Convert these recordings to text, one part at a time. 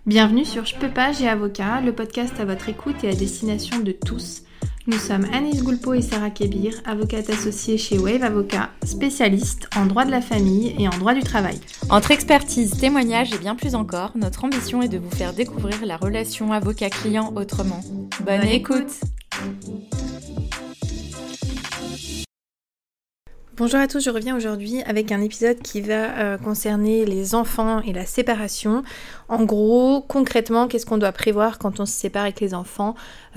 Bienvenue sur Je peux pas, j'ai avocat, le podcast à votre écoute et à destination de tous. Nous sommes Anis Goulpeau et Sarah Kébir, avocates associées chez Wave Avocat, spécialistes en droit de la famille et en droit du travail. Entre expertise, témoignages et bien plus encore, notre ambition est de vous faire découvrir la relation avocat-client autrement. Bonne écoute. Bonjour à tous, je reviens aujourd'hui avec un épisode qui va concerner les enfants et la séparation. En gros, concrètement, qu'est-ce qu'on doit prévoir quand on se sépare avec les enfants,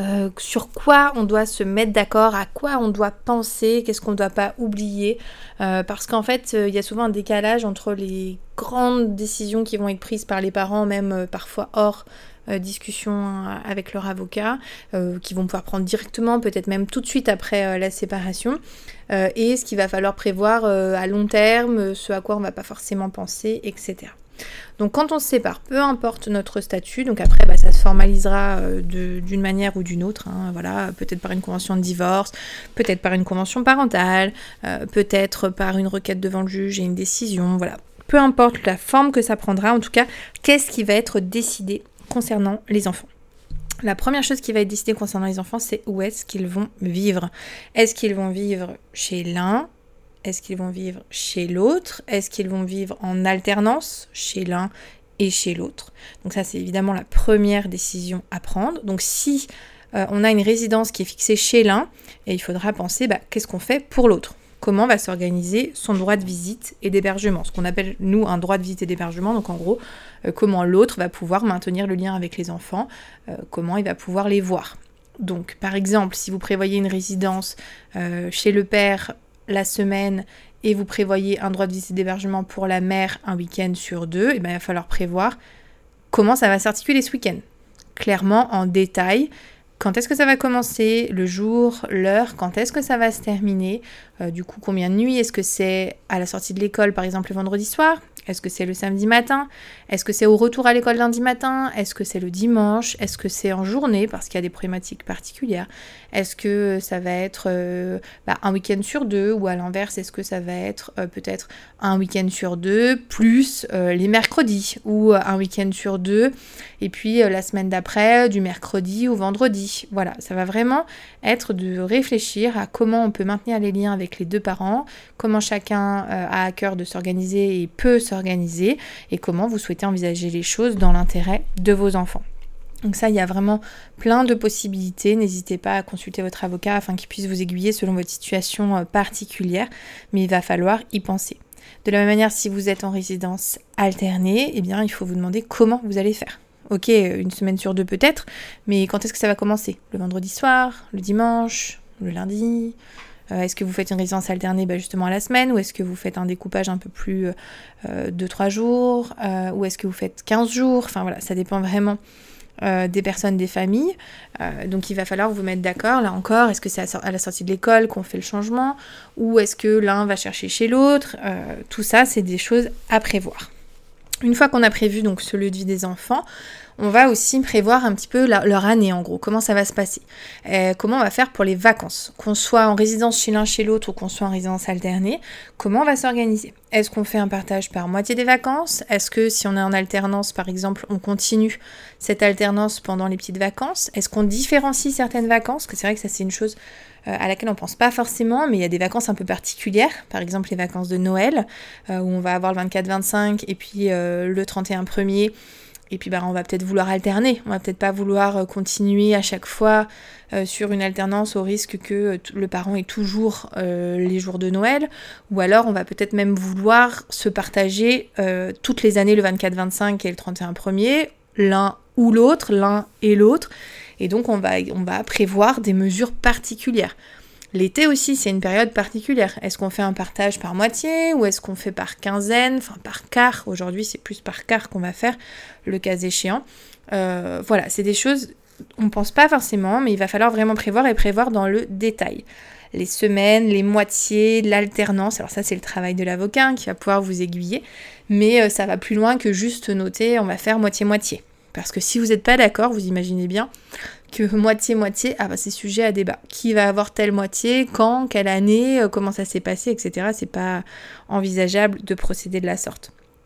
sur quoi on doit se mettre d'accord, à quoi on doit penser, qu'est-ce qu'on ne doit pas oublier, parce qu'en fait, il y a souvent un décalage entre les grandes décisions qui vont être prises par les parents, même parfois hors discussion avec leur avocat, qui vont pouvoir prendre directement, peut-être même tout de suite après la séparation, et ce qu'il va falloir prévoir à long terme, ce à quoi on ne va pas forcément penser, etc. Donc quand on se sépare, peu importe notre statut, donc après ça se formalisera d'une manière ou d'une autre, voilà, peut-être par une convention de divorce, peut-être par une convention parentale, peut-être par une requête devant le juge et une décision, voilà. Peu importe la forme que ça prendra, en tout cas, qu'est-ce qui va être décidé concernant les enfants. La première chose qui va être décidée concernant les enfants, c'est où est-ce qu'ils vont vivre. Est-ce qu'ils vont vivre chez l'un ? Est-ce qu'ils vont vivre chez l'autre ? Est-ce qu'ils vont vivre en alternance chez l'un et chez l'autre ? Donc ça, c'est évidemment la première décision à prendre. Donc si on a une résidence qui est fixée chez l'un, et il faudra penser qu'est-ce qu'on fait pour l'autre ? Comment va s'organiser son droit de visite et d'hébergement, ce qu'on appelle, nous, un droit de visite et d'hébergement. Donc en gros, comment l'autre va pouvoir maintenir le lien avec les enfants, comment il va pouvoir les voir. Donc par exemple, si vous prévoyez une résidence chez le père la semaine et vous prévoyez un droit de visite et d'hébergement pour la mère un week-end sur 2, il va falloir prévoir comment ça va s'articuler ce week-end. Clairement, en détail. Quand est-ce que ça va commencer, le jour, l'heure, quand est-ce que ça va se terminer, du coup combien de nuits, est-ce que c'est à la sortie de l'école par exemple le vendredi soir, est-ce que c'est le samedi matin, est-ce que c'est au retour à l'école lundi matin, est-ce que c'est le dimanche, est-ce que c'est en journée parce qu'il y a des problématiques particulières, est-ce que ça va être un week-end sur 2 ou à l'inverse, est-ce que ça va être peut-être un week-end sur 2 plus les mercredis ou un week-end sur 2 et puis la semaine d'après du mercredi au vendredi. Voilà, ça va vraiment être de réfléchir à comment on peut maintenir les liens avec les deux parents, comment chacun a à cœur de s'organiser et peut s'organiser et comment vous souhaitez envisager les choses dans l'intérêt de vos enfants. Donc ça, il y a vraiment plein de possibilités. N'hésitez pas à consulter votre avocat afin qu'il puisse vous aiguiller selon votre situation particulière, mais il va falloir y penser. De la même manière, si vous êtes en résidence alternée, il faut vous demander comment vous allez faire. Ok, une semaine sur 2 peut-être, mais quand est-ce que ça va commencer ? Le vendredi soir, le dimanche, le lundi ? Est-ce que vous faites une résidence alternée justement à la semaine, ou est-ce que vous faites un découpage un peu plus 2-3 jours, ou est-ce que vous faites 15 jours ? Enfin voilà, ça dépend vraiment des personnes, des familles. Donc il va falloir vous mettre d'accord, là encore, est-ce que c'est à la sortie de l'école qu'on fait le changement, ou est-ce que l'un va chercher chez l'autre ? Tout ça, c'est des choses à prévoir. Une fois qu'on a prévu donc ce lieu de vie des enfants, on va aussi prévoir un petit peu leur année en gros, comment ça va se passer, comment on va faire pour les vacances, qu'on soit en résidence chez l'un chez l'autre ou qu'on soit en résidence alternée, comment on va s'organiser. Est-ce qu'on fait un partage par moitié des vacances ? Est-ce que si on est en alternance par exemple, on continue cette alternance pendant les petites vacances ? Est-ce qu'on différencie certaines vacances ? Parce que c'est vrai que ça c'est une chose à laquelle on pense pas forcément, mais il y a des vacances un peu particulières, par exemple les vacances de Noël, où on va avoir le 24-25 et puis le 31-1er, et puis on va peut-être vouloir alterner, on va peut-être pas vouloir continuer à chaque fois sur une alternance au risque que le parent ait toujours les jours de Noël, ou alors on va peut-être même vouloir se partager toutes les années le 24-25 et le 31-1er, l'un ou l'autre, l'un et l'autre, et donc on va prévoir des mesures particulières. L'été aussi, c'est une période particulière. Est-ce qu'on fait un partage par moitié ou est-ce qu'on fait par quinzaine, enfin par quart ? Aujourd'hui, c'est plus par quart qu'on va faire, le cas échéant. Voilà, c'est des choses, on ne pense pas forcément, mais il va falloir vraiment prévoir et prévoir dans le détail. Les semaines, les moitiés, l'alternance, alors ça c'est le travail de l'avocat qui va pouvoir vous aiguiller, mais ça va plus loin que juste noter on va faire moitié-moitié. Parce que si vous n'êtes pas d'accord, vous imaginez bien que moitié-moitié, c'est sujet à débat. Qui va avoir telle moitié, quand, quelle année, comment ça s'est passé, etc. C'est pas envisageable de procéder de la sorte.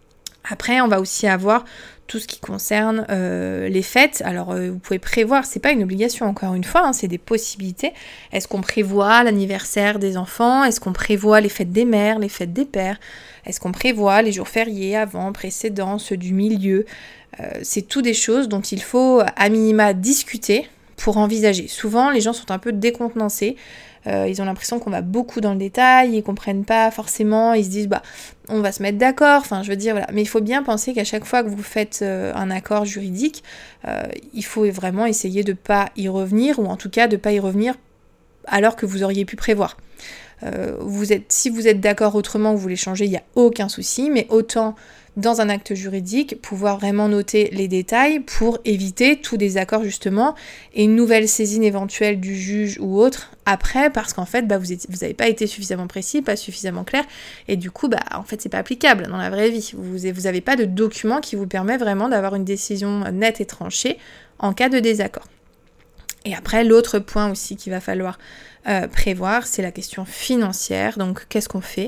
Après, on va aussi avoir tout ce qui concerne les fêtes. Alors, vous pouvez prévoir, c'est pas une obligation encore une fois, c'est des possibilités. Est-ce qu'on prévoit l'anniversaire des enfants? Est-ce qu'on prévoit les fêtes des mères, les fêtes des pères? Est-ce qu'on prévoit les jours fériés avant, précédents, ceux du milieu? C'est tout des choses dont il faut à minima discuter pour envisager. Souvent, les gens sont un peu décontenancés. Ils ont l'impression qu'on va beaucoup dans le détail, ils comprennent pas forcément, ils se disent on va se mettre d'accord, voilà. Mais il faut bien penser qu'à chaque fois que vous faites un accord juridique, il faut vraiment essayer de pas y revenir, ou en tout cas de pas y revenir alors que vous auriez pu prévoir. Si vous êtes d'accord autrement, vous voulez changer, il n'y a aucun souci, mais autant dans un acte juridique, pouvoir vraiment noter les détails pour éviter tout désaccord justement et une nouvelle saisine éventuelle du juge ou autre après, parce qu'en fait vous n'avez pas été suffisamment précis, pas suffisamment clair, et du coup en fait c'est pas applicable dans la vraie vie. Vous n'avez pas de document qui vous permet vraiment d'avoir une décision nette et tranchée en cas de désaccord. Et après, l'autre point aussi qu'il va falloir prévoir, c'est la question financière. Donc, qu'est-ce qu'on fait?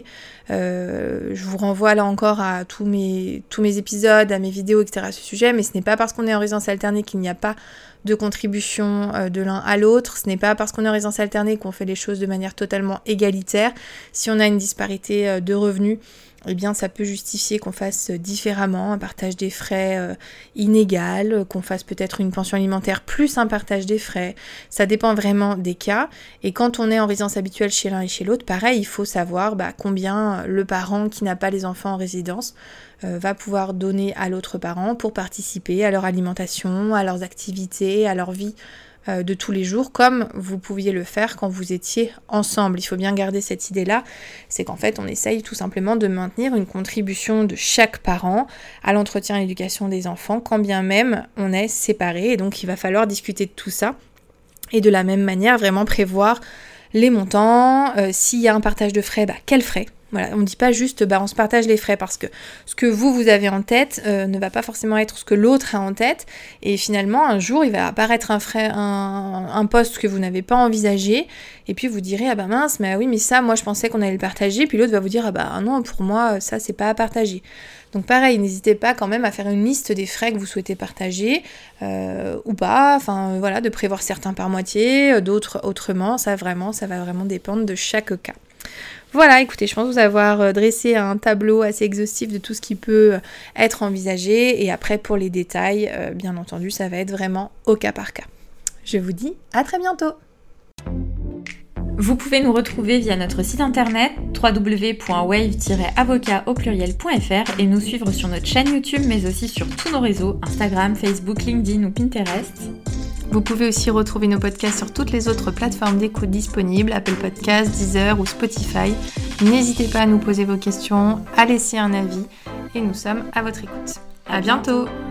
Je vous renvoie là encore à tous mes épisodes, à mes vidéos, etc. à ce sujet, mais ce n'est pas parce qu'on est en résidence alternée qu'il n'y a pas de contribution de l'un à l'autre. Ce n'est pas parce qu'on est en résidence alternée qu'on fait les choses de manière totalement égalitaire. Si on a une disparité de revenus, eh bien ça peut justifier qu'on fasse différemment, un partage des frais inégal, qu'on fasse peut-être une pension alimentaire plus un partage des frais. Ça dépend vraiment des cas. Et quand on est en résidence habituelle chez l'un et chez l'autre, pareil, il faut savoir combien le parent qui n'a pas les enfants en résidence va pouvoir donner à l'autre parent pour participer à leur alimentation, à leurs activités, à leur vie de tous les jours, comme vous pouviez le faire quand vous étiez ensemble. Il faut bien garder cette idée-là, c'est qu'en fait on essaye tout simplement de maintenir une contribution de chaque parent à l'entretien et l'éducation des enfants, quand bien même on est séparés, et donc il va falloir discuter de tout ça, et de la même manière vraiment prévoir les montants, s'il y a un partage de frais, quels frais? Voilà, on ne dit pas juste on se partage les frais, parce que ce que vous avez en tête ne va pas forcément être ce que l'autre a en tête, et finalement un jour il va apparaître un poste que vous n'avez pas envisagé, et puis vous direz mince, mais oui, mais ça moi je pensais qu'on allait le partager, puis l'autre va vous dire non, pour moi ça c'est pas à partager. Donc pareil, n'hésitez pas quand même à faire une liste des frais que vous souhaitez partager ou pas, de prévoir certains par moitié, d'autres autrement, ça va vraiment dépendre de chaque cas. Voilà, écoutez, je pense vous avoir dressé un tableau assez exhaustif de tout ce qui peut être envisagé, et après pour les détails, bien entendu, ça va être vraiment au cas par cas. Je vous dis à très bientôt. Vous pouvez nous retrouver via notre site internet www.wave-avocat.fr et nous suivre sur notre chaîne YouTube, mais aussi sur tous nos réseaux, Instagram, Facebook, LinkedIn ou Pinterest. Vous pouvez aussi retrouver nos podcasts sur toutes les autres plateformes d'écoute disponibles, Apple Podcasts, Deezer ou Spotify. N'hésitez pas à nous poser vos questions, à laisser un avis, et nous sommes à votre écoute. À bientôt!